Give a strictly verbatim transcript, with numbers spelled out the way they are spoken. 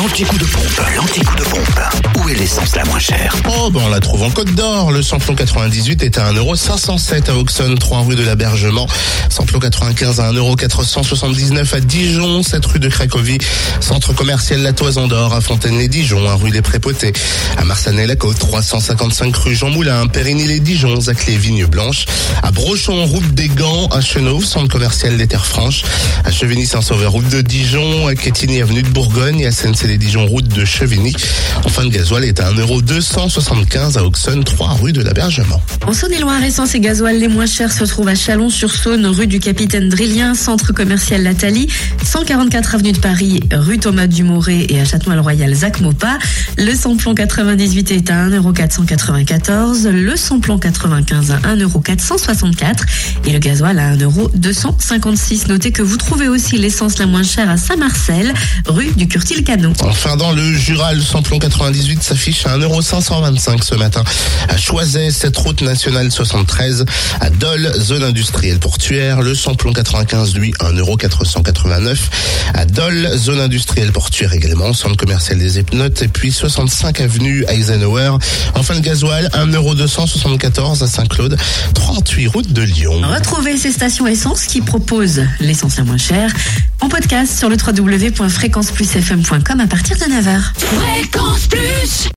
L'anti-coup de pompe, l'anti-coup de pompe. Où est l'essence la moins chère? Oh, ben on la trouve en Côte d'Or. Le samplon quatre-vingt-dix-huit est à un euro cinq cent sept à Auxonne, trois rue de l'Abergement. Samplon quatre-vingt-quinze à un euro quatre cent soixante-dix-neuf à Dijon, sept rue de Cracovie. Centre commercial La Toison d'Or à Fontaine-les-Dijon, un rue des Prépotés. À Marsanais-la-Côte, trois cent cinquante-cinq rue Jean Moulin, Périgny-les-Dijon, Zaclé-Vigne-Blanche. À Brochon, route des Gants, à Chenauve, centre commercial des Terres Franches. À Chevigny-Saint-Sauveur, route de Dijon. À Quetigny, avenue de Bourgogne. Et à Sennecey-les-Dijon, route de Chevigny. Enfin, le gasoil est à un euro deux cent soixante-quinze à Auxonne, trois rue de l'Abergement. En Saône-et-Loire, essence et gasoil les moins chers se trouvent à Chalon-sur-Saône, rue du Capitaine Drillien, centre commercial Lathalie, cent quarante-quatre avenue de Paris, rue Thomas Dumoré et à Châtenois-le-Royal, Zac Mopa. Le samplon quatre-vingt-dix-huit est à un euro quatre cent quatre-vingt-quatorze, le samplon quatre-vingt-quinze à un euro quatre cent soixante-quatre et le gasoil à un euro deux cent cinquante-six. Notez que vous trouvez aussi l'essence la moins chère à Saint-Marcel, rue du Curtil-Canot. Enfin, dans le Jura, le samplon quatre-vingt-dix-huit s'affiche à un euro cinq cent vingt-cinq ce matin. À Choiset, cette route nationale soixante-treize. À Dole, zone industrielle portuaire, le samplon quatre-vingt-quinze, lui, un euro quatre cent quatre-vingt-neuf. À Dole, zone industrielle portuaire également, centre commercial des Epnotes, et puis soixante-cinq avenue Eisenhower. Enfin, le gasoil, un euro deux cent soixante-quatorze à Saint-Claude, trente-huit route de Lyon. Retrouvez ces stations essence qui proposent l'essence la moins chère en podcast sur le w w w point fréquence plus f m point com à partir de neuf heures. Fréquence Plus.